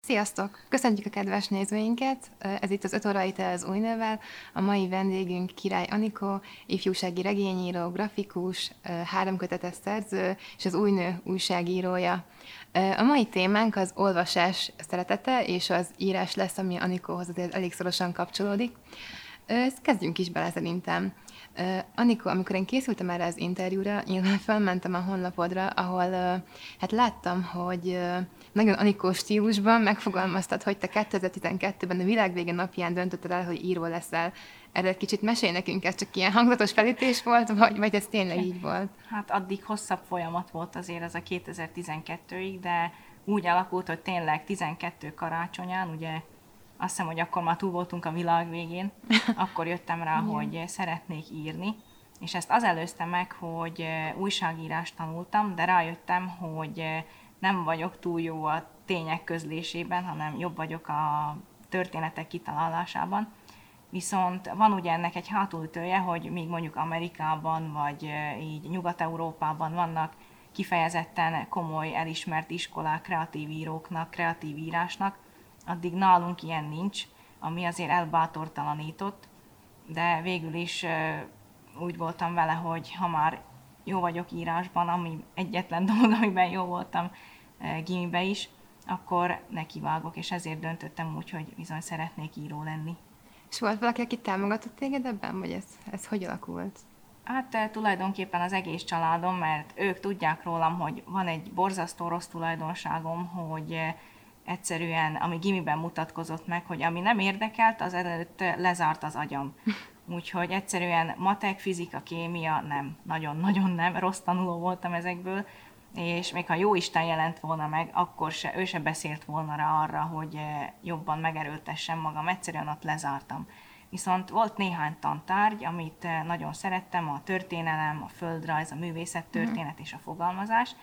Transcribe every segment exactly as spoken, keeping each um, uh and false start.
Sziasztok! Köszöntjük a kedves nézőinket! Ez itt az öt órai te az új nővel. A mai vendégünk Király Anikó, ifjúsági regényíró, grafikus, háromkötetes szerző és az új nő újságírója. A mai témánk az olvasás szeretete és az írás lesz, ami Anikóhoz azért elég szorosan kapcsolódik. Ezt kezdjünk is bele szerintem. Uh, Anikó, amikor én készültem erre az interjúra, én felmentem a honlapodra, ahol uh, hát láttam, hogy uh, nagyon Anikó stílusban megfogalmaztad, hogy te kétezer-tizenkettőben a világvége napján döntötted el, hogy író leszel. Erről egy kicsit mesélj nekünk, ez csak ilyen hangzatos felütés volt, vagy, vagy ez tényleg így volt? Hát addig hosszabb folyamat volt azért ez a kétezer-tizenkettőig, de úgy alakult, hogy tényleg tizenkettő karácsonyán, ugye azt hiszem, hogy akkor már túl voltunk a világ végén, akkor jöttem rá, hogy szeretnék írni, és ezt az előzte meg, hogy újságírást tanultam, de rájöttem, hogy nem vagyok túl jó a tények közlésében, hanem jobb vagyok a történetek kitalálásában. Viszont van ugye ennek egy hátulütője, hogy míg mondjuk Amerikában vagy így Nyugat-Európában vannak kifejezetten komoly, elismert iskolák kreatív íróknak, kreatív írásnak, addig nálunk ilyen nincs, ami azért elbátortalanított, de végül is úgy voltam vele, hogy ha már jó vagyok írásban, ami egyetlen dolog, amiben jó voltam gimibe is, akkor nekivágok, és ezért döntöttem úgy, hogy bizony szeretnék író lenni. És volt valaki, aki támogatott téged ebben, vagy ez, ez hogy alakult? Hát tulajdonképpen az egész családom, mert ők tudják rólam, hogy van egy borzasztó rossz tulajdonságom, hogy egyszerűen, ami gimiben mutatkozott meg, hogy ami nem érdekelt, az előtt lezárt az agyam. Úgyhogy egyszerűen matek, fizika, kémia nem, nagyon-nagyon nem, rossz tanuló voltam ezekből, és még ha jó Isten jelent volna meg, akkor se, ő se beszélt volna rá arra, hogy jobban megerőltessem magam, egyszerűen ott lezártam. Viszont volt néhány tantárgy, amit nagyon szerettem, a történelem, a földrajz, a művészettörténet és a fogalmazás,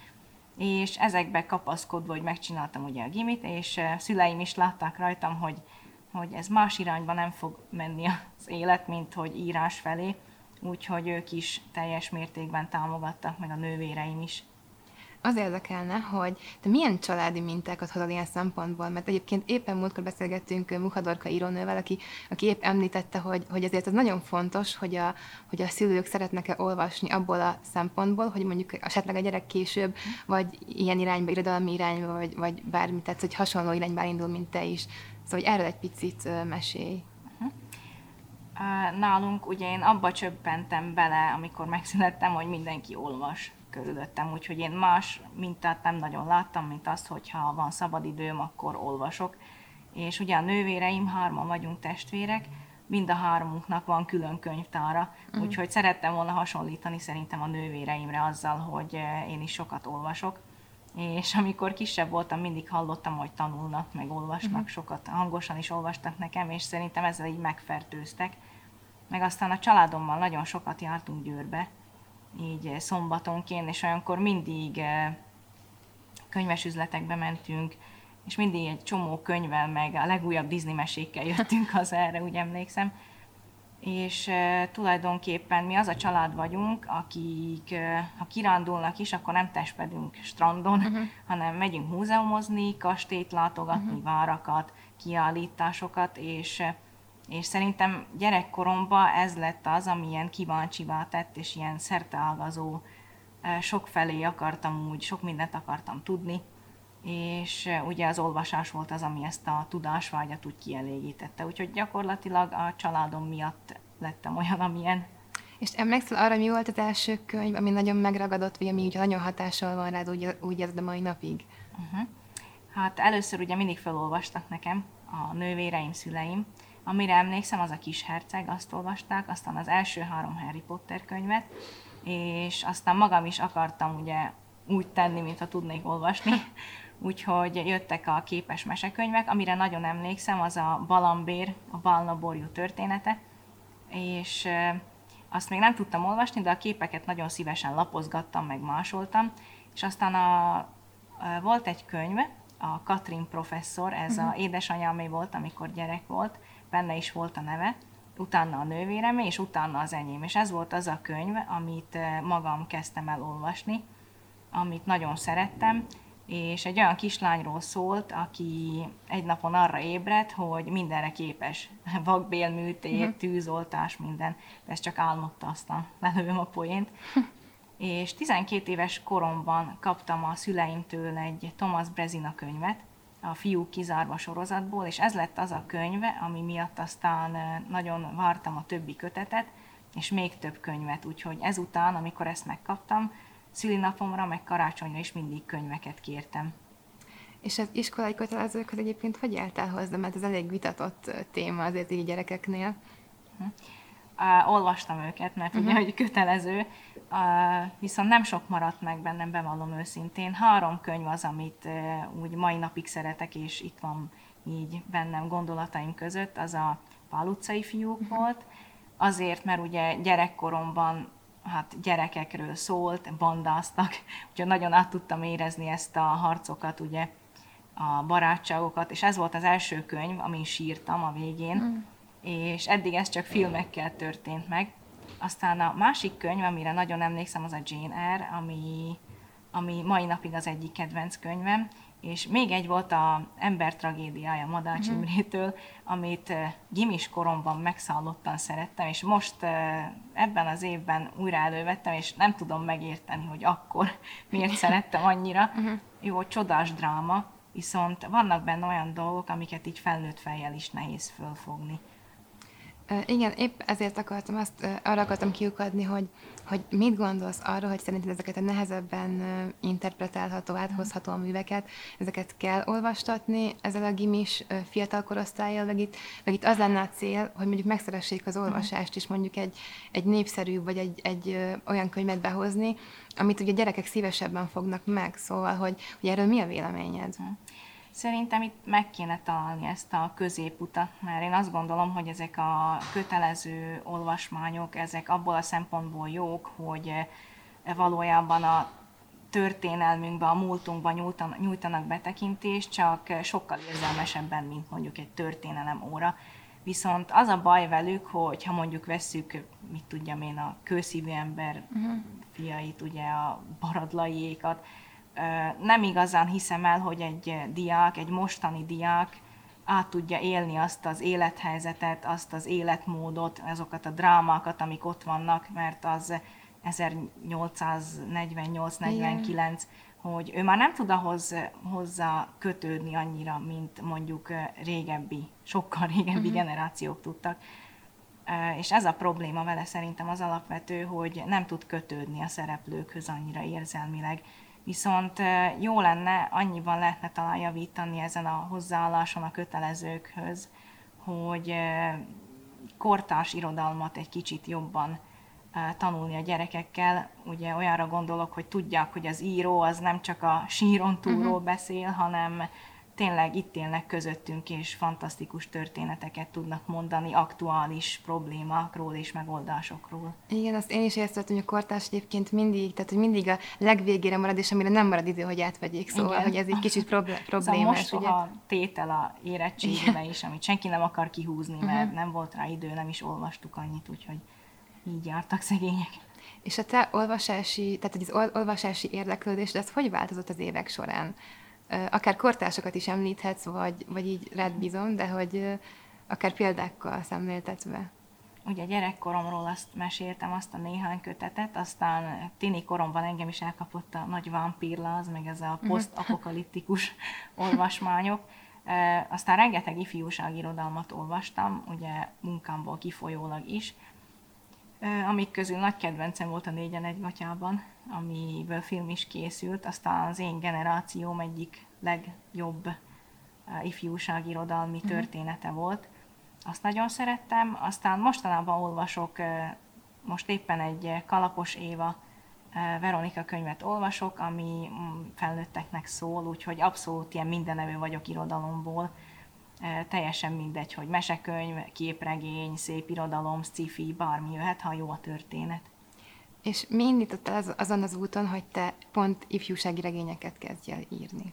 és ezekbe kapaszkodva, hogy megcsináltam ugye a gimit, és szüleim is látták rajtam, hogy, hogy ez más irányba nem fog menni az élet, mint hogy írás felé, úgyhogy ők is teljes mértékben támogattak, meg a nővéreim is. Az érdekelne, hogy te milyen családi mintákat hozol ilyen szempontból, mert egyébként éppen múltkor beszélgettünk Muhadorka írónővel, aki, aki épp említette, hogy, hogy ezért ez nagyon fontos, hogy a, hogy a szülők szeretnek-e olvasni abból a szempontból, hogy mondjuk esetleg a gyerek később, vagy ilyen irányba, irodalmi irányba, vagy, vagy bármi, tehát hogy hasonló irányba indul, mint te is. Szóval hogy erről egy picit mesélj. Nálunk ugye én abba csöppentem bele, amikor megszülettem, hogy mindenki olvas körülöttem, úgyhogy én más mintát nem nagyon láttam, mint azt, hogy ha van szabadidőm, akkor olvasok. És ugye a nővéreim, hárman vagyunk testvérek, mind a hármunknak van külön könyvtára, uh-huh. úgyhogy szerettem volna hasonlítani szerintem a nővéreimre azzal, hogy én is sokat olvasok. És amikor kisebb voltam, mindig hallottam, hogy tanulnak, meg olvasnak, uh-huh. sokat hangosan is olvastak nekem, és szerintem ezzel így megfertőztek. Meg aztán a családommal nagyon sokat jártunk Győrbe, így szombatonként, és olyankor mindig könyvesüzletekbe mentünk, és mindig egy csomó könyvvel, meg a legújabb Disney mesékkel jöttünk haza, erre úgy emlékszem. És uh, tulajdonképpen mi az a család vagyunk, akik uh, ha kirándulnak is, akkor nem testpedünk strandon, uh-huh. hanem megyünk múzeumozni, kastélyt látogatni, uh-huh. várakat, kiállításokat, és uh, és szerintem gyerekkoromban ez lett az, ami ilyen kíváncsivá tett, és ilyen szerteágazó, sokfelé akartam úgy, sok mindent akartam tudni, és ugye az olvasás volt az, ami ezt a tudásvágyat úgy kielégítette. Úgyhogy gyakorlatilag a családom miatt lettem olyan, amilyen. És emlékszel arra, mi volt az első könyv, ami nagyon megragadott, vagy ami úgy nagyon hatással van rád, úgy, úgy érzed a mai napig? Uh-huh. Hát először ugye mindig felolvastak nekem a nővéreim, szüleim. Amire emlékszem, az a Kis herceg, azt olvasták, aztán az első három Harry Potter könyvet, és aztán magam is akartam ugye úgy tenni, mintha tudnék olvasni, úgyhogy jöttek a képes mesekönyvek, amire nagyon emlékszem, az a Balambér, a Bálna borjú története, és azt még nem tudtam olvasni, de a képeket nagyon szívesen lapozgattam, meg másoltam, és aztán a, volt egy könyv, a Katrin professzor, ez uh-huh. a édesanyámé volt, amikor gyerek volt, benne is volt a neve, utána a nővéremé, és utána az enyém. És ez volt az a könyv, amit magam kezdtem el olvasni, amit nagyon szerettem, és egy olyan kislányról szólt, aki egy napon arra ébredt, hogy mindenre képes. Vakbélműtét, uh-huh. tűzoltás, minden. De ezt csak álmodta, aztán lelövöm a poént. És tizenkét éves koromban kaptam a szüleimtől egy Thomas Brezina könyvet, a Fiúk kizárva sorozatból, és ez lett az a könyve, ami miatt aztán nagyon vártam a többi kötetet, és még több könyvet, úgyhogy ezután, amikor ezt megkaptam, szülinapomra, meg karácsonyra is mindig könyveket kértem. És az iskolai kötelezőkhöz egyébként hogy álltál hozzá, mert ez elég vitatott téma azért így gyerekeknél? Uh-huh. Uh, olvastam őket, mert uh-huh. ugye, hogy kötelező, uh, viszont nem sok maradt meg bennem, bevallom őszintén. Három könyv az, amit uh, úgy mai napig szeretek, és itt van így bennem gondolataim között, az a Pál utcai fiúk uh-huh. volt, azért, mert ugye gyerekkoromban hát gyerekekről szólt, bandáztak, úgyhogy nagyon át tudtam érezni ezt a harcokat, ugye, a barátságokat, és ez volt az első könyv, amin sírtam a végén, mm. és eddig ez csak filmekkel történt meg. Aztán a másik könyv, amire nagyon emlékszem, az a Jane Eyre, ami, ami mai napig az egyik kedvenc könyvem, és még egy volt a Ember tragédiája Madács uh-huh. Imrétől, amit uh, gimis koromban megszállottan szerettem, és most uh, ebben az évben újra elővettem, és nem tudom megérteni, hogy akkor miért szerettem annyira. Uh-huh. Jó, csodás dráma, viszont vannak benne olyan dolgok, amiket így felnőtt fejjel is nehéz fölfogni. Uh, igen, épp ezért akartam azt, uh, arra akartam kiukadni, hogy, hogy mit gondolsz arra, hogy szerinted ezeket a nehezebben uh, interpretálható, áthozható műveket, ezeket kell olvastatni ezzel a gimis uh, fiatal korosztállyal, meg itt, meg itt az lenne a cél, hogy mondjuk megszeressék az olvasást is, mondjuk egy, egy népszerű, vagy egy, egy uh, olyan könyvet behozni, amit ugye gyerekek szívesebben fognak meg, szóval, hogy, hogy erről mi a véleményed? Szerintem itt meg kéne találni ezt a középutat, mert én azt gondolom, hogy ezek a kötelező olvasmányok, ezek abból a szempontból jók, hogy valójában a történelmünkben, a múltunkban nyújtanak betekintést, csak sokkal érzelmesebben, mint mondjuk egy történelem óra. Viszont az a baj velük, hogy ha mondjuk vesszük, mit tudjam én, a Kőszívű ember uh-huh. fiait, ugye a Baradlaiékat, nem igazán hiszem el, hogy egy diák, egy mostani diák át tudja élni azt az élethelyzetet, azt az életmódot, azokat a drámákat, amik ott vannak, mert az ezernyolcszáznegyvennyolc negyvenkilenc, hogy ő már nem tud ahhoz hozzá kötődni annyira, mint mondjuk régebbi, sokkal régebbi uh-huh. generációk tudtak. És ez a probléma vele szerintem az alapvető, hogy nem tud kötődni a szereplőkhöz annyira érzelmileg. Viszont jó lenne, annyiban lehetne talán javítani ezen a hozzáálláson a kötelezőkhöz, hogy kortárs irodalmat egy kicsit jobban tanulni a gyerekekkel. Ugye olyanra gondolok, hogy tudják, hogy az író az nem csak a síron túlról uh-huh. beszél, hanem tényleg itt élnek közöttünk, és fantasztikus történeteket tudnak mondani aktuális problémákról és megoldásokról. Igen, azt én is értettem, hogy a kortárs egyébként mindig, tehát hogy mindig a legvégére marad, és amire nem marad idő, hogy átvegyék, szóval, igen. hogy ez egy kicsit problé- problémás. Szóval most a tétel a érettségbe is, amit senki nem akar kihúzni, mert uh-huh. nem volt rá idő, nem is olvastuk annyit, úgyhogy így jártak szegények. És a te olvasási, tehát az olvasási érdeklődés, de ez hogy változott az évek során? Akár kortársakat is említhetsz, vagy, vagy így rád bízom, de hogy akár példákkal szemléltetve. Ugye gyerekkoromról azt meséltem, azt a néhány kötetet, aztán tini koromban engem is elkapott a nagy vámpírláz, meg ez a posztapokaliptikus olvasmányok. Aztán rengeteg ifjúságirodalmat olvastam, ugye munkámból kifolyólag is, amik közül nagy kedvencem volt a Négyen egy gatyában, amiből film is készült, aztán az én generációm egyik legjobb ifjúságirodalmi története volt. Azt nagyon szerettem, aztán mostanában olvasok, most éppen egy Kalapos Éva Veronika könyvet olvasok, ami felnőtteknek szól, úgyhogy abszolút ilyen mindenevő vagyok irodalomból. Teljesen mindegy, hogy mesekönyv, képregény, szép irodalom, sci-fi, bármi jöhet, ha jó a történet. És mi indított el azon az úton, hogy te pont ifjúsági regényeket kezdj el írni?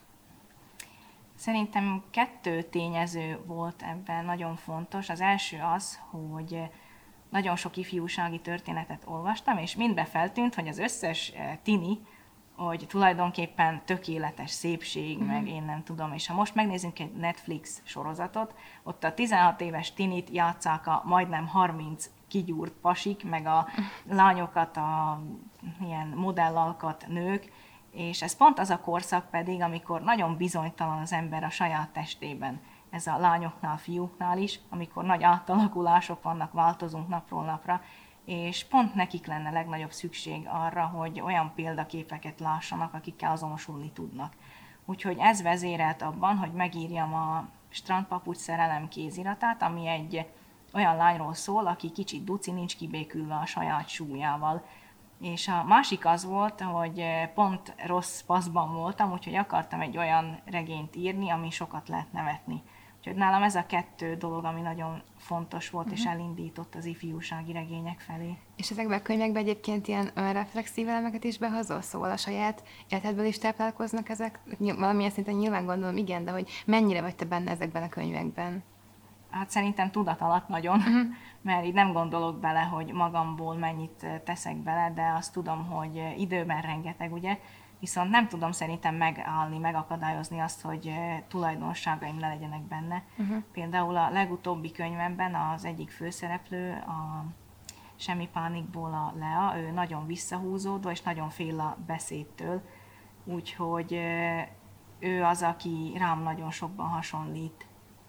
Szerintem kettő tényező volt ebben nagyon fontos. Az első az, hogy nagyon sok ifjúsági történetet olvastam, és mindbe feltűnt, hogy az összes tini hogy tulajdonképpen tökéletes szépség, uh-huh. meg én nem tudom, és ha most megnézzünk egy Netflix sorozatot, ott a tizenhat éves tinit játsszák a majdnem harminc kigyúrt pasik, meg a lányokat, a ilyen modellalkat nők, és ez pont az a korszak pedig, amikor nagyon bizonytalan az ember a saját testében. Ez a lányoknál, fiúknál is, amikor nagy átalakulások vannak, változunk napról napra, és pont nekik lenne legnagyobb szükség arra, hogy olyan példaképeket lássanak, akikkel azonosulni tudnak. Úgyhogy ez vezérelt abban, hogy megírjam a Strandpapucs szerelem kéziratát, ami egy olyan lányról szól, aki kicsit duci, nincs kibékülve a saját súlyával. És a másik az volt, hogy pont rossz paszban voltam, úgyhogy akartam egy olyan regényt írni, ami sokat lehet nevetni. Úgyhogy nálam ez a kettő dolog, ami nagyon fontos volt, uh-huh. és elindított az ifjúsági regények felé. És ezekben a könyvekben egyébként ilyen önreflexív elemeket is behozol, szóval a saját életedből is táplálkoznak ezek? Valamilyen szinten nyilván gondolom, igen, de hogy mennyire vagy te benne ezekben a könyvekben? Hát szerintem tudat alatt nagyon, uh-huh. mert így nem gondolok bele, hogy magamból mennyit teszek bele, de azt tudom, hogy időben rengeteg, ugye, viszont nem tudom szerintem megállni, megakadályozni azt, hogy tulajdonságaim le legyenek benne. Uh-huh. Például a legutóbbi könyvemben az egyik főszereplő, a Semmi pánikból a Lea, ő nagyon visszahúzódó, és nagyon fél a beszédtől, úgyhogy ő az, aki rám nagyon sokban hasonlít.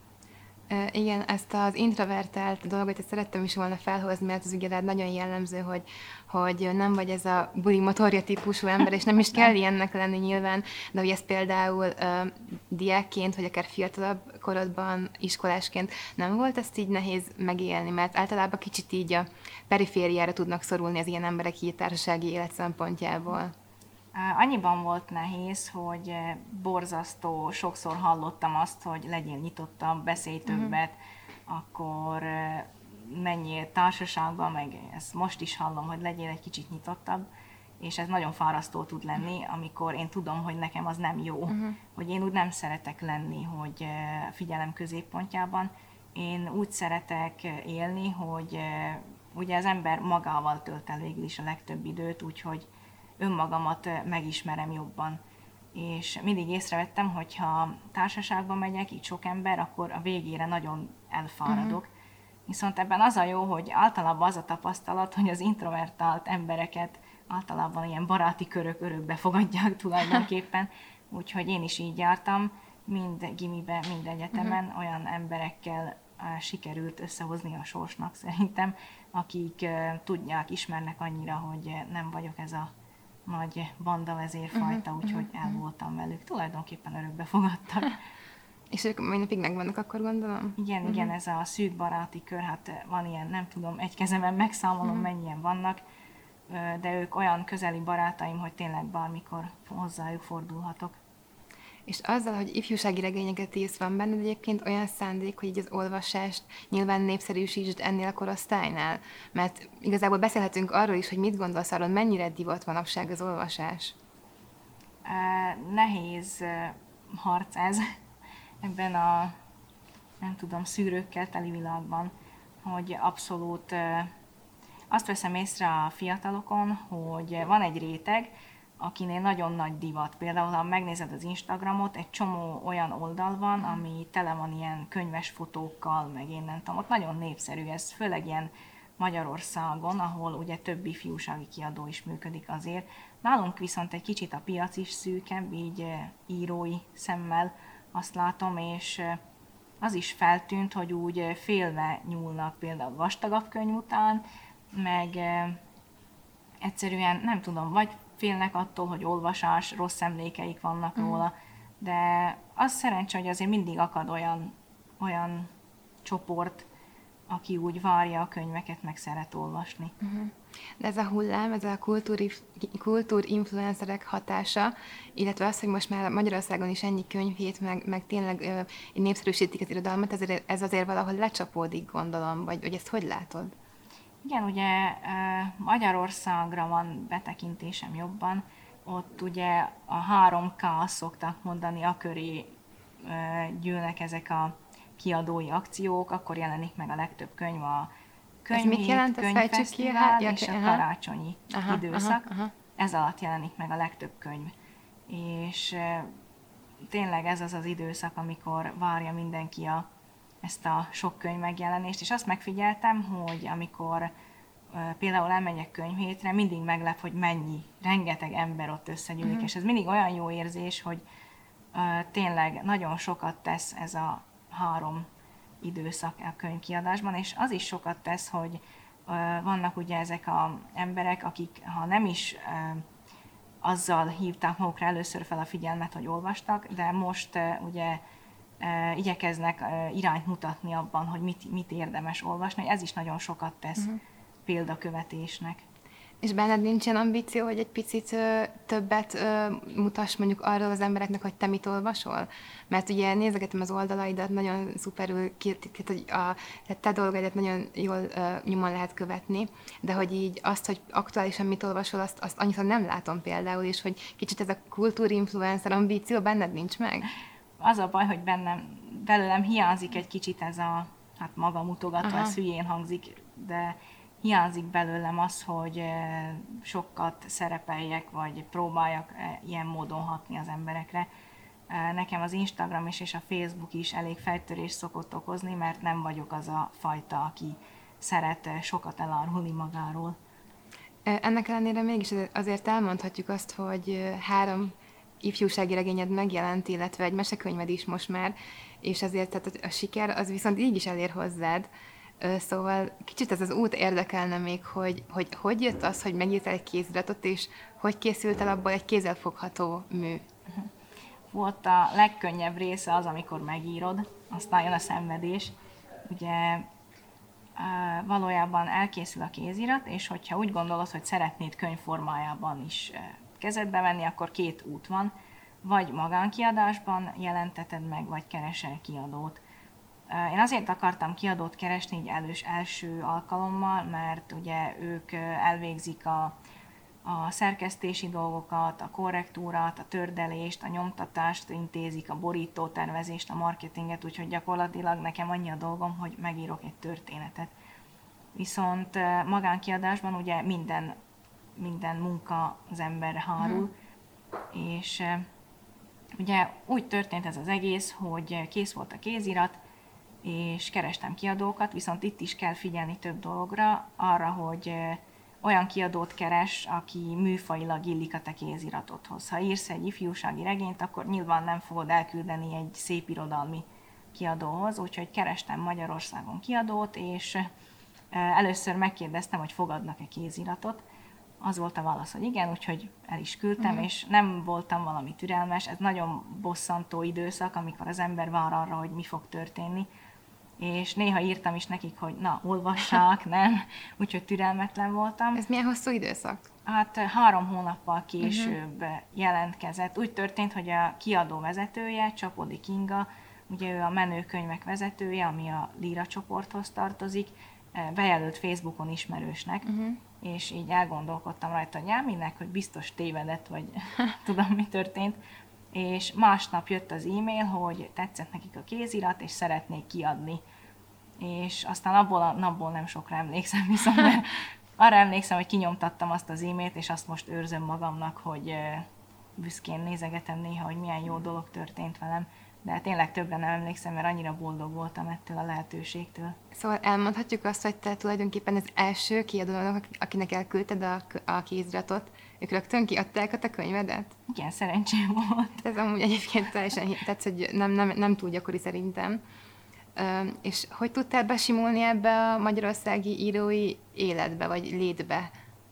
Igen, ezt az introvertált dolgot ezt szerettem is volna felhozni, mert az ugye nagyon jellemző, hogy, hogy nem vagy ez a buli motorja típusú ember, és nem is kell ilyennek lenni nyilván, de hogy ez például uh, diákként, vagy akár fiatalabb korodban, iskolásként nem volt ezt így nehéz megélni, mert általában kicsit így a perifériára tudnak szorulni az ilyen emberek így társasági élet szempontjából. Annyiban volt nehéz, hogy borzasztó, sokszor hallottam azt, hogy legyél nyitottabb, beszélj többet, uh-huh. akkor menjél társaságba, meg ezt most is hallom, hogy legyél egy kicsit nyitottabb, és ez nagyon fárasztó tud lenni, amikor én tudom, hogy nekem az nem jó, uh-huh. hogy én úgy nem szeretek lenni, hogy figyelem középpontjában. Én úgy szeretek élni, hogy ugye az ember magával tölt el végül is a legtöbb időt, úgyhogy önmagamat megismerem jobban. És mindig észrevettem, hogy ha társaságban megyek, így sok ember, akkor a végére nagyon elfáradok. Uh-huh. Viszont ebben az a jó, hogy általában az a tapasztalat, hogy az introvertált embereket általában ilyen baráti körök örökbe fogadják tulajdonképpen. Úgyhogy én is így jártam, mind gimibe, mind egyetemen, uh-huh. olyan emberekkel sikerült összehozni a sorsnak szerintem, akik tudják, ismernek annyira, hogy nem vagyok ez a nagy bandavezérfajta, uh-huh, úgyhogy uh-huh. el voltam velük. Tulajdonképpen örökbe fogadtak. És ők mai napig megvannak, akkor gondolom? Igen, uh-huh. igen, ez a szűk baráti kör, hát van ilyen, nem tudom, egy kezemen megszámolom, uh-huh. mennyien vannak, de ők olyan közeli barátaim, hogy tényleg bármikor hozzájuk fordulhatok. És azzal, hogy ifjúsági regényeket írsz, van benned egyébként olyan szándék, hogy így az olvasást nyilván népszerűsítsd ennél a korosztálynál? Mert igazából beszélhetünk arról is, hogy mit gondolsz arról, mennyire divat manapság az olvasás? Uh, nehéz uh, harc ez ebben a, nem tudom, szűrőkkel teli világban, hogy abszolút uh, azt veszem észre a fiatalokon, hogy van egy réteg, akinél nagyon nagy divat. Például, ha megnézed az Instagramot, egy csomó olyan oldal van, ami tele van ilyen könyves fotókkal, meg én nem tudom, ott nagyon népszerű ez, főleg ilyen Magyarországon, ahol ugye több ifjúsági kiadó is működik azért. Nálunk viszont egy kicsit a piac is szűkebb, így írói szemmel azt látom, és az is feltűnt, hogy úgy félve nyúlnak például vastagabb könyv után, meg egyszerűen nem tudom, vagy félnek attól, hogy olvasás, rossz emlékeik vannak mm. róla, de az szerencsé, hogy azért mindig akad olyan, olyan csoport, aki úgy várja a könyveket, meg szeret olvasni. Uh-huh. De ez a hullám, ez a kultúrinfluencerek hatása, illetve az, hogy most már Magyarországon is ennyi könyvhét, meg, meg tényleg ö, népszerűsítik az irodalmat, ez, ez azért valahol lecsapódik, gondolom, vagy, vagy ezt hogy látod? Igen, ugye Magyarországra van betekintésem jobban, ott ugye a három ká szoktak mondani, a köré gyűlnek ezek a kiadói akciók, akkor jelenik meg a legtöbb könyv, a könyvhét, könyvfesztivál és a karácsonyi aha, időszak. Aha, aha. ez alatt jelenik meg a legtöbb könyv. És tényleg ez az az időszak, amikor várja mindenki a, ezt a sok könyv megjelenést, és azt megfigyeltem, hogy amikor például elmegyek könyvhétre, mindig meglep, hogy mennyi, rengeteg ember ott összegyűlik, uh-huh. és ez mindig olyan jó érzés, hogy uh, tényleg nagyon sokat tesz ez a három időszak a könyvkiadásban, és az is sokat tesz, hogy uh, vannak ugye ezek az emberek, akik ha nem is uh, azzal hívták magukra először fel a figyelmet, hogy olvastak, de most uh, ugye uh, igyekeznek uh, irányt mutatni abban, hogy mit, mit érdemes olvasni, ez is nagyon sokat tesz uh-huh. példakövetésnek. És benned nincs ilyen ambíció, hogy egy picit ö, többet ö, mutass mondjuk arról az embereknek, hogy te mit olvasol? Mert ugye nézegetem az oldalaidat, nagyon szuperül, hogy a te dolgaidat nagyon jól ö, nyomon lehet követni, de hogy így azt, hogy aktuálisan mit olvasol, azt, azt annyit nem látom például, és hogy kicsit ez a kultúrinfluencer ambíció benned nincs meg? Az a baj, hogy bennem, belőlem hiányzik egy kicsit ez a, hát maga mutogatva, ez hülyén hangzik, de hiányzik belőlem az, hogy sokat szerepeljek, vagy próbáljak ilyen módon hatni az emberekre. Nekem az Instagram is és a Facebook is elég fejtörést szokott okozni, mert nem vagyok az a fajta, aki szeret sokat elárulni magáról. Ennek ellenére mégis azért elmondhatjuk azt, hogy három ifjúsági regényed megjelent, illetve egy mesekönyved is most már, és ezért tehát a siker az viszont így is elér hozzád. Szóval kicsit ez az út érdekelne még, hogy hogy, hogy jött az, hogy megírtál egy kéziratot, és hogy készült el abból egy kézzelfogható mű? Volt a legkönnyebb része az, amikor megírod, aztán jön a szenvedés. Ugye valójában elkészül a kézirat, és hogyha úgy gondolod, hogy szeretnéd könyvformájában is kezedbe venni, akkor két út van. Vagy magánkiadásban jelenteted meg, vagy keresel kiadót. Én azért akartam kiadót keresni így elős, első alkalommal, mert ugye ők elvégzik a, a szerkesztési dolgokat, a korrektúrát, a tördelést, a nyomtatást, intézik, a borítótervezést, a marketinget, úgyhogy gyakorlatilag nekem annyi a dolgom, hogy megírok egy történetet. Viszont magánkiadásban ugye minden, minden munka az emberre hárul, hmm. és ugye úgy történt ez az egész, hogy kész volt a kézirat, és kerestem kiadókat, viszont itt is kell figyelni több dologra, arra, hogy olyan kiadót keres, aki műfajilag illik a te kéziratodhoz. Ha írsz egy ifjúsági regényt, akkor nyilván nem fogod elküldeni egy szép irodalmi kiadóhoz, úgyhogy kerestem Magyarországon kiadót, és először megkérdeztem, hogy fogadnak-e kéziratot. Az volt a válasz, hogy igen, úgyhogy el is küldtem, uh-huh. és nem voltam valami türelmes, ez nagyon bosszantó időszak, amikor az ember vár arra, hogy mi fog történni, és néha írtam is nekik, hogy na, olvassák, nem, úgyhogy türelmetlen voltam. Ez milyen hosszú időszak? Hát három hónappal később uh-huh. jelentkezett. Úgy történt, hogy a kiadó vezetője, Csapodi Kinga, ugye ő a menőkönyvek vezetője, ami a Líra csoporthoz tartozik, bejelölt Facebookon ismerősnek, uh-huh. és így elgondolkodtam rajta, hogy minek, hogy biztos tévedett, vagy tudom, mi történt. És másnap jött az e-mail, hogy tetszett nekik a kézirat, és szeretnék kiadni. És aztán abból a napból nem sokra emlékszem, viszont arra emlékszem, hogy kinyomtattam azt az e-mailt, és azt most őrzöm magamnak, hogy büszkén nézegetem néha, hogy milyen jó dolog történt velem. De tényleg többre nem emlékszem, mert annyira boldog voltam ettől a lehetőségtől. Szóval elmondhatjuk azt, hogy te tulajdonképpen az első kiadónak, akinek elküldted a, a kéziratot, ők rögtön kiadták a te könyvedet? Igen, szerencsém volt. Ez amúgy egyébként teljesen tetsz, hogy nem, nem, nem túl gyakori szerintem. Ö, és hogy tudtál besimulni ebbe a magyarországi írói életbe, vagy létbe?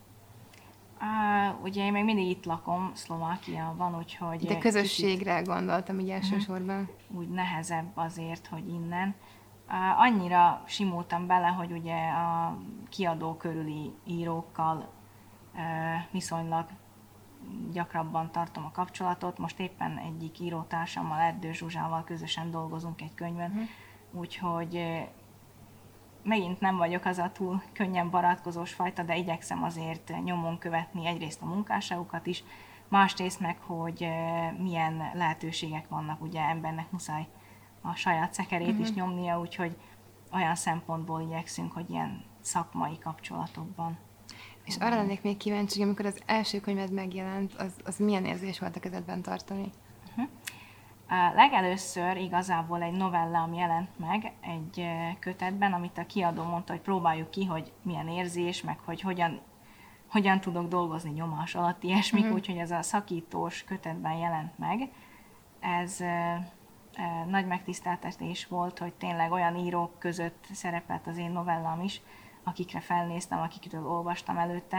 Uh, ugye én még mindig itt lakom, Szlovákiában, úgyhogy... De közösségre kicsit, gondoltam így elsősorban. Uh-huh. Úgy nehezebb azért, hogy innen. Uh, annyira simultam bele, hogy ugye a kiadó körüli írókkal uh, viszonylag gyakrabban tartom a kapcsolatot. Most éppen egyik írótársammal, Erdő Zsuzsával közösen dolgozunk egy könyvön, uh-huh. úgyhogy... Uh, megint nem vagyok az a túl könnyen barátkozós fajta, de igyekszem azért nyomon követni egyrészt a munkásságukat is, másrészt meg, hogy milyen lehetőségek vannak, ugye embernek muszáj a saját szekerét uh-huh. is nyomnia, úgyhogy olyan szempontból igyekszünk, hogy ilyen szakmai kapcsolatokban. És arra lennék még kíváncsi, amikor az első könyved megjelent, az, az milyen érzés volt a kezedben tartani? Uh-huh. A legelőször igazából egy novellám jelent meg egy kötetben, amit a kiadó mondta, hogy próbáljuk ki, hogy milyen érzés, meg hogy hogyan, hogyan tudok dolgozni nyomás alatt, ilyesmik, uh-huh. úgyhogy ez a szakítós kötetben jelent meg. Ez e, e, nagy megtiszteltetés volt, hogy tényleg olyan írók között szerepelt az én novellám is, akikre felnéztem, akikről olvastam előtte,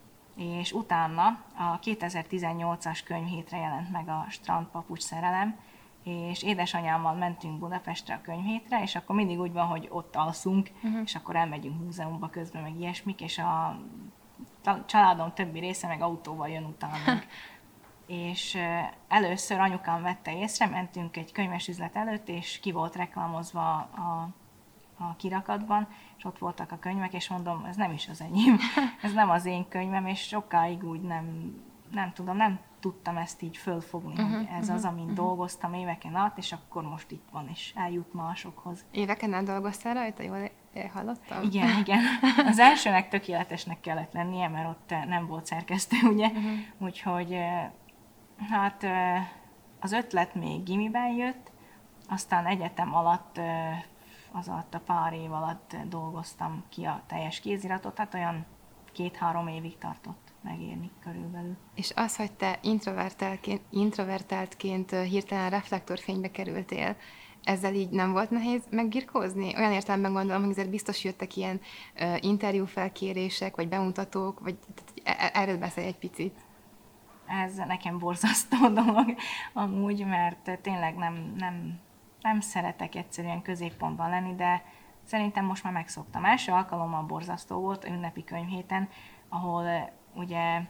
és utána a kétezer-tizennyolcas könyvhétre jelent meg a Strandpapucs szerelem, és édesanyámmal mentünk Budapestre a könyvhétre, és akkor mindig úgy van, hogy ott alszunk, uh-huh. és akkor elmegyünk múzeumba közben, meg ilyesmik, és a családom többi része meg autóval jön utánunk. És először anyukám vette észre, mentünk egy könyvesüzlet előtt, és ki volt reklámozva a, a kirakatban, és ott voltak a könyvek, és mondom, ez nem is az enyém, ez nem az én könyvem, és sokáig úgy nem, nem tudom, nem tudtam ezt így fölfogni, uh-huh, hogy ez uh-huh, az, amin uh-huh. dolgoztam éveken át, és akkor most itt van, és eljut másokhoz. Éveken át dolgoztál rajta, jól hallottam? Igen, igen. Az elsőnek tökéletesnek kellett lennie, mert ott nem volt szerkesztő, ugye? Uh-huh. Úgyhogy hát az ötlet még gimiben jött, aztán egyetem alatt, az alatt a pár év alatt dolgoztam ki a teljes kéziratot, hát olyan két-három évig tartott megérni körülbelül. És az, hogy te introvertáltként, introvertáltként hirtelen reflektorfénybe kerültél, ezzel így nem volt nehéz megbirkózni? Olyan értelemben gondolom, hogy azért biztos jöttek ilyen uh, interjúfelkérések, vagy bemutatók, vagy tehát, erről beszélj egy picit. Ez nekem borzasztó dolog amúgy, mert tényleg nem, nem, nem szeretek egyszerűen középpontban lenni, de szerintem most már megszoktam. Első alkalommal borzasztó volt a ünnepi könyvhéten, ahol ugye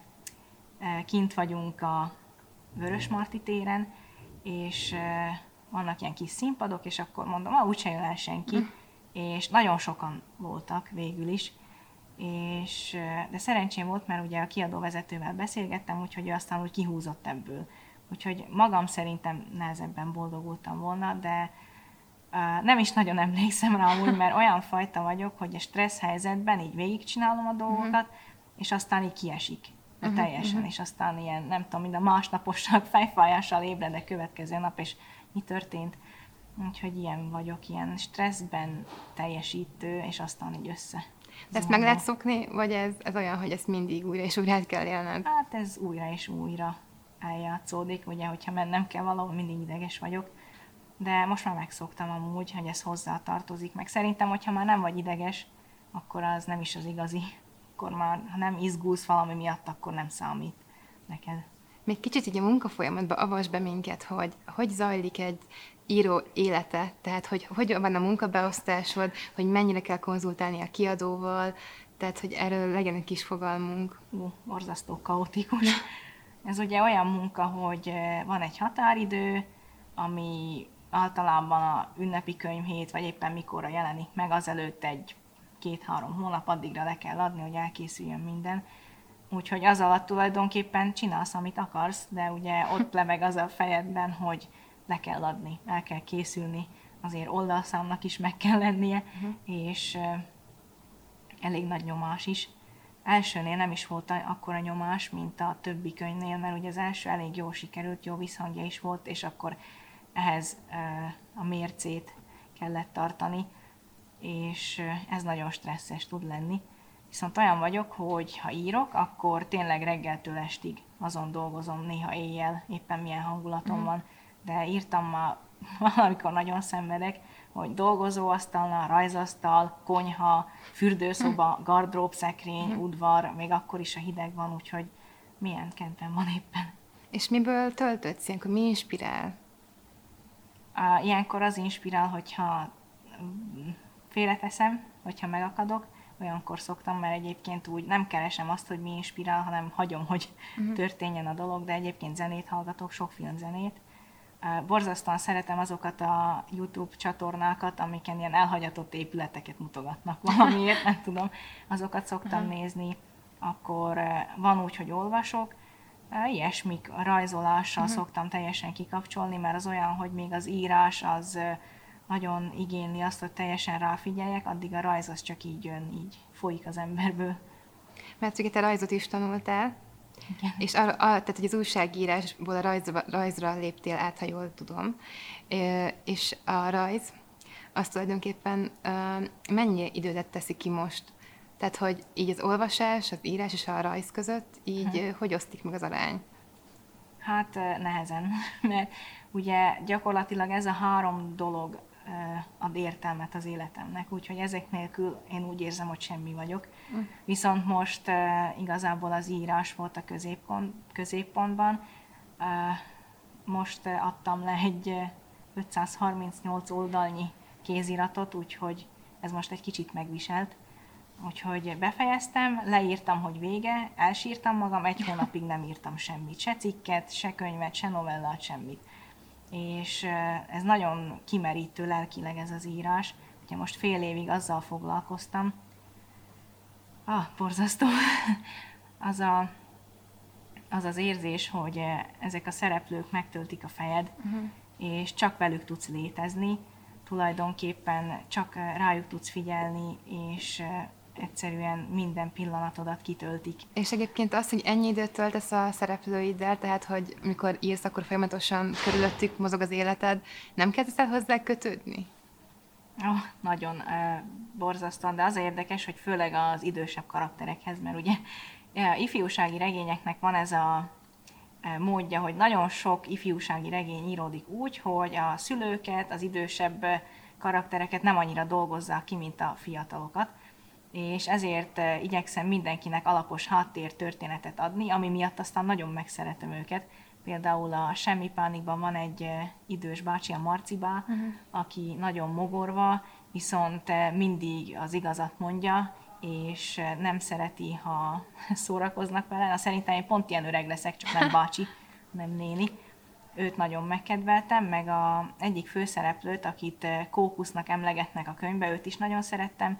kint vagyunk a Vörösmarty téren, és vannak ilyen kis színpadok, és akkor mondom, ah, úgyse jön el senki, mm. és nagyon sokan voltak végül is, és, de szerencsém volt, mert ugye a kiadóvezetővel beszélgettem, úgyhogy ő aztán úgy kihúzott ebből. Úgyhogy magam szerintem nehezebben boldogultam volna, de uh, nem is nagyon emlékszem rá úgy, mert olyan fajta vagyok, hogy a stressz helyzetben így végigcsinálom a dolgokat, uh-huh. és aztán így kiesik. Uh-huh, teljesen, uh-huh. és aztán ilyen, nem tudom, mind a másnaposabb fejfájással ébredek következő nap, és mi történt. Úgyhogy ilyen vagyok, ilyen stresszben teljesítő, és aztán így össze. De ezt meg lehet szokni, vagy ez, ez olyan, hogy ezt mindig újra és újra kell élned? Hát ez újra és újra eljátszódik, ugye, hogyha mennem kell valahol, mindig ideges vagyok. De most már megszoktam amúgy, hogy ez hozzá tartozik. Meg szerintem, hogyha már nem vagy ideges, akkor az nem is az igazi. Akkor már, ha nem izgulsz valami miatt, akkor nem számít neked. Még kicsit így a munkafolyamatban avasd be minket, hogy hogy zajlik egy író élete, tehát hogy hogy van a munkabeosztásod, hogy mennyire kell konzultálni a kiadóval, tehát hogy erről legyen egy kis fogalmunk. Ú, borzasztó kaotikus. Ez ugye olyan munka, hogy van egy határidő, ami általában a ünnepi könyvhét, vagy éppen mikorra jelenik meg, azelőtt egy két-három hónap addigra le kell adni, hogy elkészüljön minden. Úgyhogy az alatt tulajdonképpen csinálsz, amit akarsz, de ugye ott lebeg az a fejedben, hogy le kell adni, el kell készülni, azért oldalszámnak is meg kell lennie, uh-huh. és uh, elég nagy nyomás is. Elsőnél nem is volt akkora nyomás, mint a többi könyvnél, mert ugye az első elég jól sikerült, jó visszhangja is volt, és akkor ehhez uh, a mércét kellett tartani, és uh, ez nagyon stresszes tud lenni. Viszont olyan vagyok, hogy ha írok, akkor tényleg reggeltől estig azon dolgozom, néha éjjel, éppen milyen hangulatom mm. van. De írtam már valamikor nagyon szenvedek, hogy dolgozóasztalnál, rajzasztal, konyha, fürdőszoba, mm. gardróbszekrény, mm. udvar, még akkor is a hideg van, úgyhogy milyen kedvem van éppen. És miből töltödsz ilyenkor? Mi inspirál? Ilyenkor az inspirál, hogyha félreteszem, hogyha megakadok, olyankor szoktam, mert egyébként úgy nem keresem azt, hogy mi inspirál, hanem hagyom, hogy uh-huh. történjen a dolog, de egyébként zenét hallgatok, sok filmzenét. Borzasztóan szeretem azokat a YouTube csatornákat, amiken ilyen elhagyatott épületeket mutogatnak valamiért, nem tudom, azokat szoktam uh-huh. nézni. Akkor van úgy, hogy olvasok, ilyesmik rajzolással uh-huh. szoktam teljesen kikapcsolni, mert az olyan, hogy még az írás az nagyon igényli azt, hogy teljesen ráfigyeljek, addig a rajz az csak így jön, így folyik az emberből. Mert ugye te rajzot is tanultál, Igen. és arra, a, tehát, hogy az újságírásból a rajzra, rajzra léptél át, ha jól tudom. És a rajz, az tulajdonképpen mennyi időt teszi ki most? Tehát, hogy így az olvasás, az írás és a rajz között így hm. hogy osztik meg az arány? Hát nehezen, mert ugye gyakorlatilag ez a három dolog ad értelmet az életemnek, úgyhogy ezek nélkül én úgy érzem, hogy semmi vagyok. Mm. Viszont most uh, igazából az írás volt a középpont, középpontban. Uh, most uh, adtam le egy uh, ötszázharmincnyolc oldalnyi kéziratot, úgyhogy ez most egy kicsit megviselt. Úgyhogy befejeztem, leírtam, hogy vége, elsírtam magam, egy hónapig nem írtam semmit, se cikket, se könyvet, se novellát, semmit. És ez nagyon kimerítő lelkileg ez az írás. Ugye most fél évig azzal foglalkoztam. Ah, borzasztó. az, a, az az érzés, hogy ezek a szereplők megtöltik a fejed, uh-huh. és csak velük tudsz létezni. Tulajdonképpen csak rájuk tudsz figyelni, és egyszerűen minden pillanatodat kitöltik. És egyébként az, hogy ennyi időt töltesz a szereplőiddel, tehát, hogy mikor írsz, akkor folyamatosan körülöttük mozog az életed, nem kezdesz el hozzá kötődni? Oh, nagyon uh, borzasztóan, de az érdekes, hogy főleg az idősebb karakterekhez, mert ugye ja, ifjúsági regényeknek van ez a uh, módja, hogy nagyon sok ifjúsági regény íródik úgy, hogy a szülőket, az idősebb karaktereket nem annyira dolgozzák ki, mint a fiatalokat. És ezért uh, igyekszem mindenkinek alapos háttér történetet adni, ami miatt aztán nagyon megszeretem őket. Például a Semmi pánikban van egy uh, idős bácsi, a Marcibá, uh-huh. aki nagyon mogorva, viszont uh, mindig az igazat mondja, és uh, nem szereti, ha szórakoznak vele. Na, szerintem én pont ilyen öreg leszek, csak nem bácsi, nem néni. Őt nagyon megkedveltem, meg a egyik főszereplőt, akit uh, Kókusznak emlegetnek a könyvbe, őt is nagyon szerettem.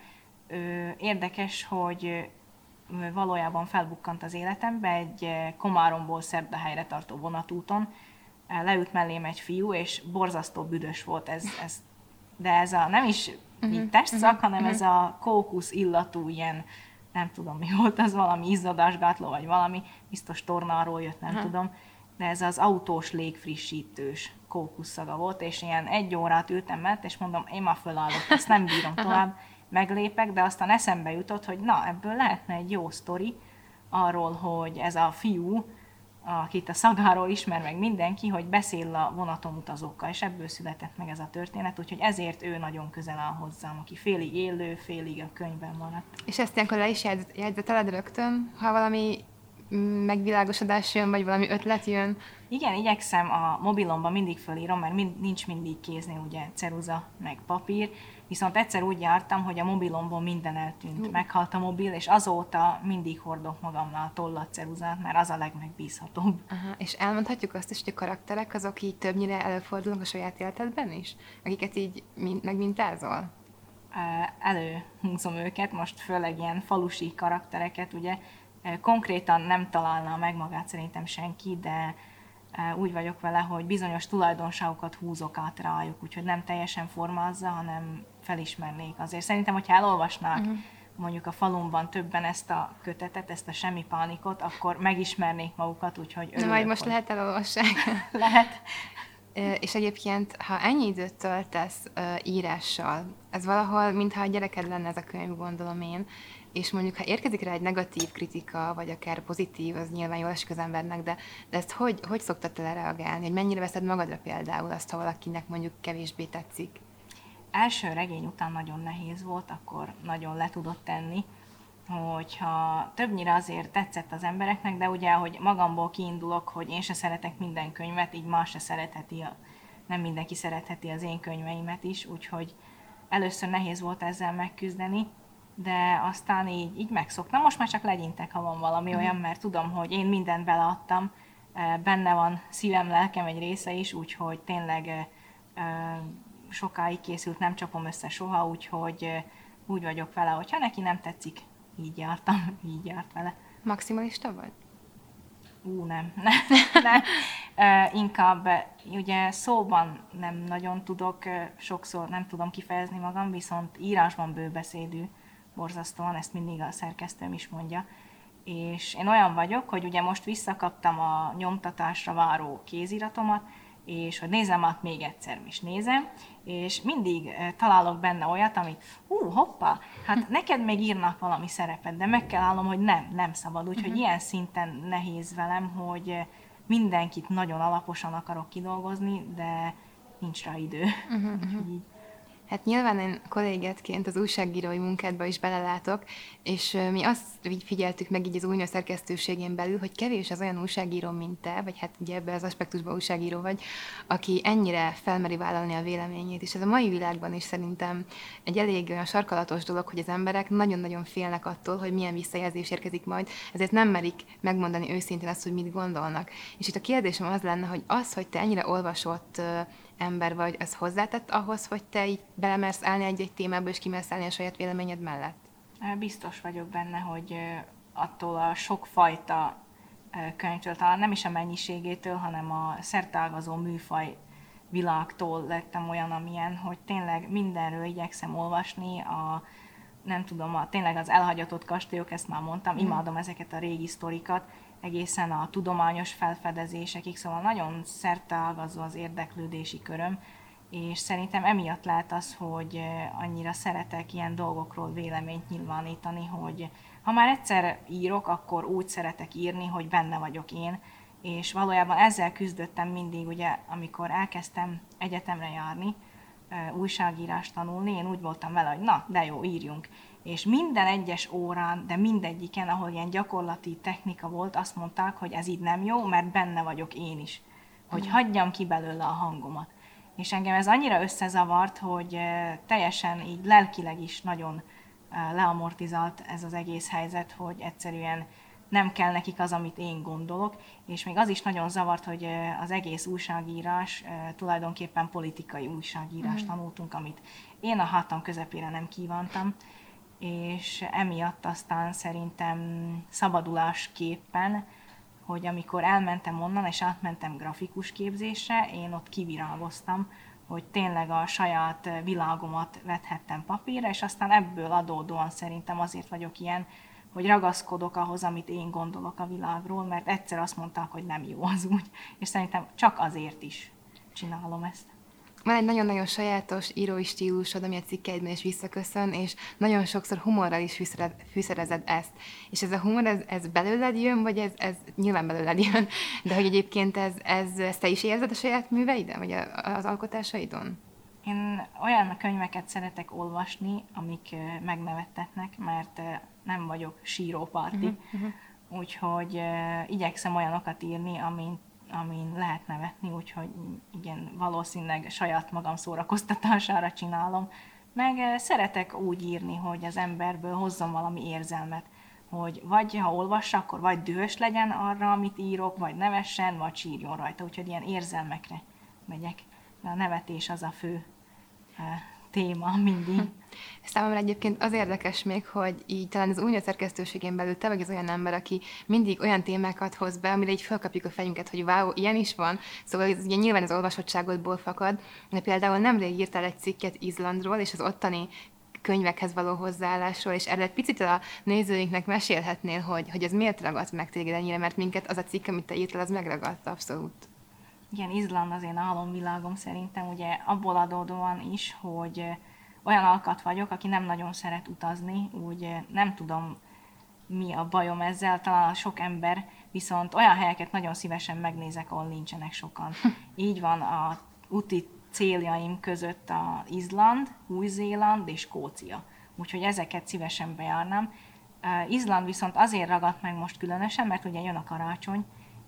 Érdekes, hogy valójában felbukkant az életembe egy Komáromból Szerdahelyre tartó vonatúton. Leült mellém egy fiú, és borzasztó büdös volt ez. ez de ez a nem is uh-huh, így testszak, uh-huh, hanem uh-huh. ez a kókusz illatú ilyen, nem tudom mi volt, az valami izzadásgátló, vagy valami, biztos tornáról jött, nem uh-huh. tudom. De ez az autós légfrissítős kókuszszaga volt, és ilyen egy órát ültem mellett, és mondom, én már fölállok, ezt nem bírom tovább. Meglépek, de aztán eszembe jutott, hogy na, ebből lehetne egy jó sztori arról, hogy ez a fiú, akit a szagáról ismer meg mindenki, hogy beszél a vonaton utazókkal, és ebből született meg ez a történet, úgyhogy ezért ő nagyon közel áll hozzám, aki félig élő, félig a könyvben maradt. És ezt ilyenkor le is jegyzeteled rögtön, ha valami megvilágosodás jön, vagy valami ötlet jön? Igen, igyekszem, a mobilomban mindig fölírom, mert mind, nincs mindig kéznél ugye ceruza, meg papír, viszont egyszer úgy jártam, hogy a mobilomból minden eltűnt, mm. meghalt a mobil, és azóta mindig hordok magamnál tollat, ceruzát, mert az a legmegbízhatóbb. Aha, és elmondhatjuk azt is, hogy a karakterek azok így többnyire előfordulnak a saját életedben is? Akiket így megmintázol? Előhúzom őket, most főleg ilyen falusi karaktereket, ugye, konkrétan nem találná meg magát szerintem senki, de úgy vagyok vele, hogy bizonyos tulajdonságokat húzok át rájuk, úgyhogy nem teljesen formázza, hanem felismernék azért. Szerintem, hogyha elolvasnák uh-huh. mondjuk a falumban többen ezt a kötetet, ezt a Semmi pánikot, akkor megismernék magukat, úgyhogy örülök. Na majd most hogy... lehet elolvassák. Lehet. És egyébként, ha ennyi időt töltesz írással, ez valahol, mintha a gyereked lenne ez a könyv, gondolom én, és mondjuk, ha érkezik rá egy negatív kritika, vagy akár pozitív, az nyilván jól esik az embernek, de, de ezt hogy, hogy szoktad te lereagálni? Hogy mennyire veszed magadra például azt, ha valakinek mondjuk kevésbé tetszik? Első regény után nagyon nehéz volt, akkor nagyon le tudott tenni, hogyha többnyire azért tetszett az embereknek, de ugye, hogy magamból kiindulok, hogy én se szeretek minden könyvet, így más se szeretheti, a, nem mindenki szeretheti az én könyveimet is, úgyhogy először nehéz volt ezzel megküzdeni, de aztán így, így megszoktam. Most már csak legyintek, ha van valami mm. olyan, mert tudom, hogy én mindent beleadtam, benne van szívem, lelkem egy része is, úgyhogy tényleg sokáig készült, nem csapom össze soha, úgyhogy úgy vagyok vele, hogy ha neki nem tetszik, így jártam, így járt vele. Maximalista vagy? Ú, nem. nem, nem. Uh, inkább ugye szóban nem nagyon tudok, sokszor nem tudom kifejezni magam, viszont írásban bőbeszédű, borzasztóan, ezt mindig a szerkesztőm is mondja, És én olyan vagyok, hogy ugye most visszakaptam a nyomtatásra váró kéziratomat, és hogy nézem át még egyszer, és nézem, és mindig találok benne olyat, amit hú, hoppá, hát neked még írnak valami szerepet, de meg kell állnom, hogy nem, nem szabad. Úgyhogy uh-huh. ilyen szinten nehéz velem, hogy mindenkit nagyon alaposan akarok kidolgozni, de nincs rá idő. Uh-huh. Úgyhogy így. Hát nyilván én kollégátként az újságírói munkádba is belelátok, és mi azt így figyeltük meg így az Újnő szerkesztőségén belül, hogy kevés az olyan újságíró, mint te, vagy hát ugye ebben az aspektusban újságíró vagy, aki ennyire felmeri vállalni a véleményét, és ez a mai világban is szerintem egy elég olyan sarkalatos dolog, hogy az emberek nagyon-nagyon félnek attól, hogy milyen visszajelzés érkezik majd, ezért nem merik megmondani őszintén azt, hogy mit gondolnak. És itt a kérdésem az lenne, hogy az, hogy te ennyire olvasott ember vagy, az hozzátett ahhoz, hogy te így belemersz állni egy-egy témába, és kimersz állni a saját véleményed mellett? Biztos vagyok benne, hogy attól a sokfajta könyvtől, talán nem is a mennyiségétől, hanem a szerteágazó műfaj világtól lettem olyan, amilyen, hogy tényleg mindenről igyekszem olvasni, a, nem tudom, a, tényleg az elhagyatott kastélyok, ezt már mondtam, mm. imádom ezeket a régi sztorikat, egészen a tudományos felfedezésekig, szóval nagyon szerteágazó az érdeklődési köröm, és szerintem emiatt lehet az, hogy annyira szeretek ilyen dolgokról véleményt nyilvánítani, hogy ha már egyszer írok, akkor úgy szeretek írni, hogy benne vagyok én, és valójában ezzel küzdöttem mindig, ugye, amikor elkezdtem egyetemre járni, újságírást tanulni, én úgy voltam vele, hogy na, de jó, írjunk. És minden egyes órán, de mindegyiken, ahol ilyen gyakorlati technika volt, azt mondták, hogy ez így nem jó, mert benne vagyok én is. Hogy hagyjam ki belőle a hangomat. És engem ez annyira összezavart, hogy teljesen így lelkileg is nagyon leamortizált ez az egész helyzet, hogy egyszerűen nem kell nekik az, amit én gondolok, és még az is nagyon zavart, hogy az egész újságírás, tulajdonképpen politikai újságírást tanultunk, amit én a hátam közepére nem kívántam, és emiatt aztán szerintem szabadulásképpen, hogy amikor elmentem onnan, és átmentem grafikus képzésre, én ott kivirágoztam, hogy tényleg a saját világomat vethettem papírra, és aztán ebből adódóan szerintem azért vagyok ilyen, hogy ragaszkodok ahhoz, amit én gondolok a világról, mert egyszer azt mondták, hogy nem jó az úgy, és szerintem csak azért is csinálom ezt. Van egy nagyon-nagyon sajátos írói stílusod, ami a cikkeidben is visszaköszön, és nagyon sokszor humorral is fűszered, fűszerezed ezt. És ez a humor, ez, ez belőled jön, vagy ez, ez nyilván belőled jön, de hogy egyébként ez, ez, ez te is érzed a saját műveiden, vagy a, az alkotásaidon? Én olyan könyveket szeretek olvasni, amik megnevettetnek, mert nem vagyok síróparti, uh-huh, uh-huh. úgyhogy uh, igyekszem olyanokat írni, amin, amin lehet nevetni, úgyhogy igen, valószínűleg saját magam szórakoztatására csinálom. Meg uh, szeretek úgy írni, hogy az emberből hozzon valami érzelmet, hogy vagy ha olvassa, akkor vagy dühös legyen arra, amit írok, vagy nevessen, vagy sírjon rajta, úgyhogy ilyen érzelmekre megyek. De a nevetés az a fő uh, téma mindig. Számomra egyébként az érdekes még, hogy így talán az Újnő szerkesztőségén belül te vagy az olyan ember, aki mindig olyan témákat hoz be, amire így felkapjuk a fejünket, hogy wow, ilyen is van. Szóval ez ugye nyilván az olvasottságodból fakad, de például nemrég írtál egy cikket Izlandról, és az ottani könyvekhez való hozzáállásról, és erre egy picit a nézőinknek mesélhetnél, hogy, hogy ez miért ragadt meg téged ennyire, mert minket az a cikk, amit te írtál, az megragadt abszolút. Igen, Izland az én álomvilágom szerintem, ugye abból adódóan is, hogy olyan alkat vagyok, aki nem nagyon szeret utazni, úgy nem tudom, mi a bajom ezzel, talán sok ember, viszont olyan helyeket nagyon szívesen megnézek, ahol nincsenek sokan. Így van a úti céljaim között a Izland, Új-Zéland és Skócia. Úgyhogy ezeket szívesen bejárnám. Izland viszont azért ragadt meg most különösen, mert ugye jön a karácsony,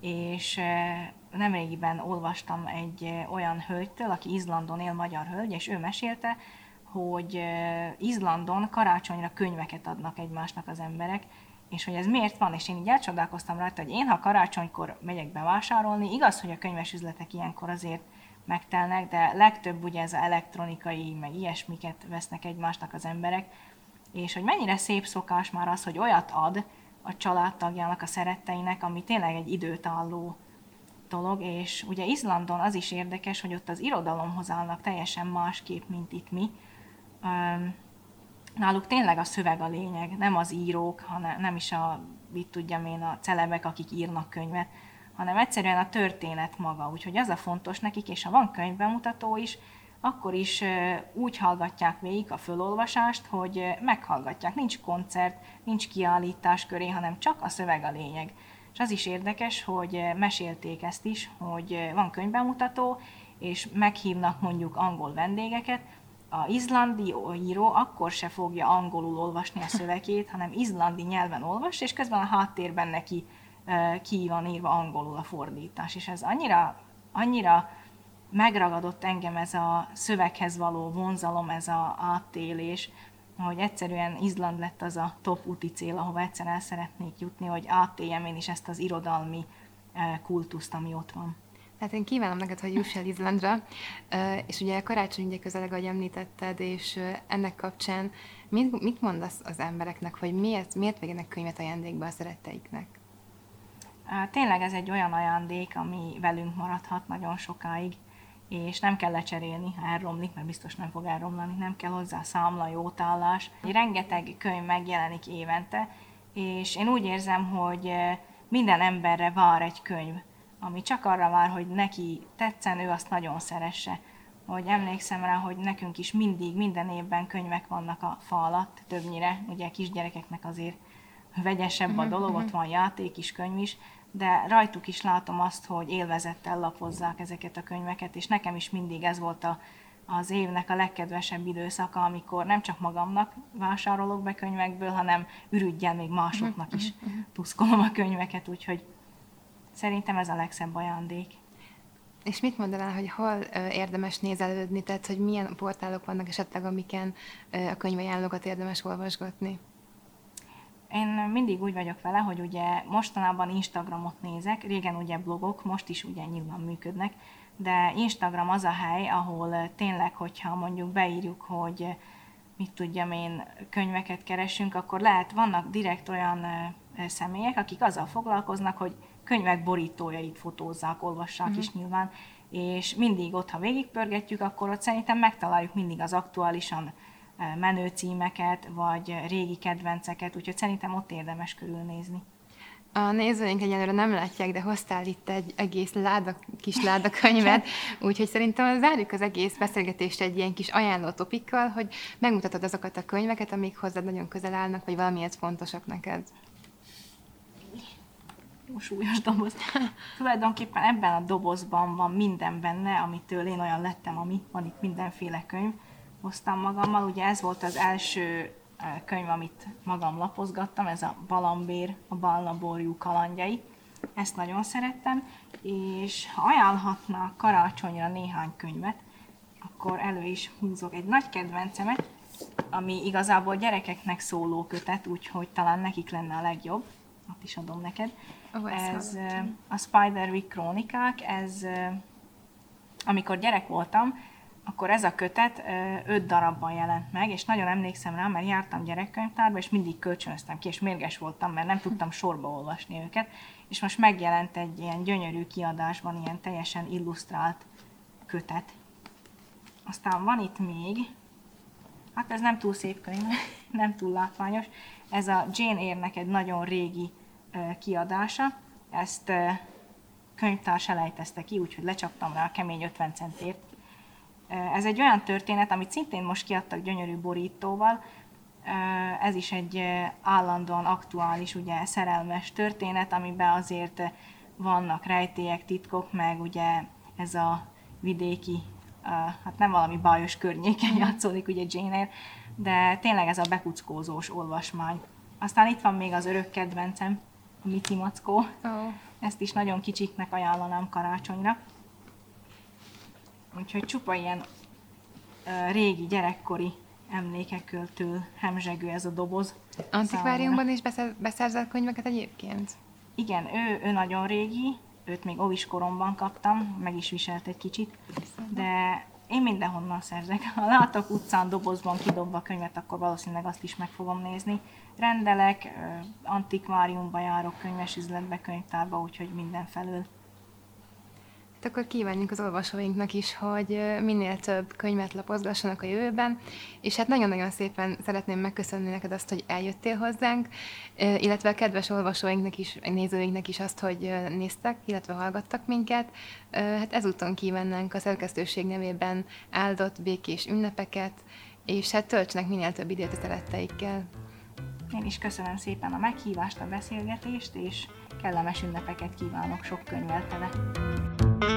és nemrégiben olvastam egy olyan hölgytől, aki Izlandon él, magyar hölgy, és ő mesélte, hogy Izlandon karácsonyra könyveket adnak egymásnak az emberek, és hogy ez miért van, és én így elcsodálkoztam rajta, hogy én, ha karácsonykor megyek bevásárolni, igaz, hogy a könyves üzletek ilyenkor azért megtelnek, de legtöbb ugye ez az elektronikai, meg ilyesmiket vesznek egymásnak az emberek, és hogy mennyire szép szokás már az, hogy olyat ad a családtagjának, a szeretteinek, ami tényleg egy időtálló dolog, és ugye Izlandon az is érdekes, hogy ott az irodalomhoz állnak teljesen másképp, mint itt mi. náluk tényleg a szöveg a lényeg, nem az írók, hanem nem is a, mit tudjam én, a celebek, akik írnak könyvet, hanem egyszerűen a történet maga. Úgyhogy az a fontos nekik, és ha van könyvbemutató is, akkor is úgy hallgatják végig a fölolvasást, hogy meghallgatják. Nincs koncert, nincs kiállítás köré, hanem csak a szöveg a lényeg. És az is érdekes, hogy mesélték ezt is, hogy van könyvbemutató, és meghívnak mondjuk angol vendégeket, a izlandi író akkor se fogja angolul olvasni a szövegét, hanem izlandi nyelven olvas, és közben a háttérben neki ki van írva angolul a fordítás. És ez annyira, annyira megragadott engem ez a szöveghez való vonzalom, ez a átélés, hogy egyszerűen Izland lett az a top úti cél, ahova egyszer el szeretnék jutni, hogy átéljem én is ezt az irodalmi kultuszt, ami ott van. Hát én kívánom neked, hogy juss el Izlandra, és ugye a karácsony ugye közeleg, ahogy említetted, és ennek kapcsán mit, mit mondasz az embereknek, hogy miért, miért vegyenek könyvet ajándékba a szeretteiknek? Tényleg ez egy olyan ajándék, ami velünk maradhat nagyon sokáig, és nem kell lecserélni, ha elromlik, mert biztos nem fog elromlani, nem kell hozzá számla, jótállás. Rengeteg könyv megjelenik évente, és én úgy érzem, hogy minden emberre vár egy könyv, ami csak arra vár, hogy neki tetszen, ő azt nagyon szeresse. Hogy emlékszem rá, hogy nekünk is mindig, minden évben könyvek vannak a fa alatt, többnyire, ugye kisgyerekeknek azért vegyesebb a dolog, ott van játék is, könyv is, de rajtuk is látom azt, hogy élvezettel lapozzák ezeket a könyveket, és nekem is mindig ez volt a, az évnek a legkedvesebb időszaka, amikor nem csak magamnak vásárolok be könyvekből, hanem ürüggyel még másoknak is tuszkolom a könyveket, úgyhogy szerintem ez a legszebb ajándék. És mit mondanál, hogy hol érdemes nézelődni, tehát hogy milyen portálok vannak esetleg, amiken a könyvajánlókat érdemes olvasgatni? Én mindig úgy vagyok vele, hogy ugye mostanában Instagramot nézek, régen ugye blogok, most is ugye nyilván működnek, de Instagram az a hely, ahol tényleg, hogyha mondjuk beírjuk, hogy mit tudjam én, könyveket keresünk, akkor lehet, vannak direkt olyan személyek, akik azzal foglalkoznak, hogy könyvek borítójait fotózzák, olvassák mm-hmm. is nyilván, és mindig ott, ha végigpörgetjük, akkor ott szerintem megtaláljuk mindig az aktuálisan menő címeket, vagy régi kedvenceket, úgyhogy szerintem ott érdemes körülnézni. A nézőink egyelőre nem látják, de hoztál itt egy egész láda, kis láda könyvet, úgyhogy szerintem zárjuk az egész beszélgetést egy ilyen kis ajánló topikkal, hogy megmutatod azokat a könyveket, amik hozzád nagyon közel állnak, vagy valamiért fontosak neked. Súlyos doboz. Tulajdonképpen ebben a dobozban van minden benne, amitől én olyan lettem, ami van itt mindenféle könyv. Hoztam magammal, ugye ez volt az első könyv, amit magam lapozgattam, ez a Balambér, a Balnaborjú kalandjai. Ezt nagyon szerettem, és ha ajánlhatna karácsonyra néhány könyvet, akkor elő is húzok egy nagy kedvencemet, ami igazából gyerekeknek szóló kötet, úgyhogy talán nekik lenne a legjobb. Azt is adom neked. Oh, ez a Spiderwick krónikák, ez amikor gyerek voltam, akkor ez a kötet öt darabban jelent meg, és nagyon emlékszem rá, mert jártam gyerekkönyvtárba, és mindig kölcsönöztem ki, és mérges voltam, mert nem tudtam sorba olvasni őket, és most megjelent egy ilyen gyönyörű kiadásban, ilyen teljesen illusztrált kötet. Aztán van itt még, hát ez nem túl szép könyv, nem túl látványos, ez a Jane Eyre-nek egy nagyon régi kiadása, ezt könyvtárs elejtezte ki, úgyhogy lecsaptam rá a kemény ötven centért. Ez egy olyan történet, amit szintén most kiadtak gyönyörű borítóval, ez is egy állandóan aktuális, ugye szerelmes történet, amiben azért vannak rejtélyek, titkok, meg ugye ez a vidéki, hát nem valami bajos környéken játszódik ugye Jane Eyre, de tényleg ez a bekuckózós olvasmány. Aztán itt van még az örök kedvencem, a Mici Mackó. Oh. Ezt is nagyon kicsiknek ajánlanám karácsonyra. Úgyhogy csupa ilyen uh, régi, gyerekkori emlékektől hemzsegő ez a doboz. Antikváriumban is beszer, beszerzett könyveket egyébként? Igen, ő, ő nagyon régi, őt még óvis koromban kaptam, meg is viselt egy kicsit, de én mindenhonnan szerzek. Ha látok utcán dobozban kidobva a könyvet, akkor valószínűleg azt is meg fogom nézni. Rendelek, antikváriumba járok, könyvesüzletbe, könyvtárba, úgyhogy mindenfelől. Akkor kívánjuk az olvasóinknak is, hogy minél több könyvet lapozgassanak a jövőben, és hát nagyon-nagyon szépen szeretném megköszönni neked azt, hogy eljöttél hozzánk, illetve a kedves olvasóinknak is, nézőinknek is azt, hogy néztek, illetve hallgattak minket. Hát ezúton kívánnánk a szerkesztőség nevében áldott, békés ünnepeket, és hát töltsenek minél több időt a szeretteikkel. Én is köszönöm szépen a meghívást, a beszélgetést, és kellemes ünnepeket kívánok, sok könyvvel tele.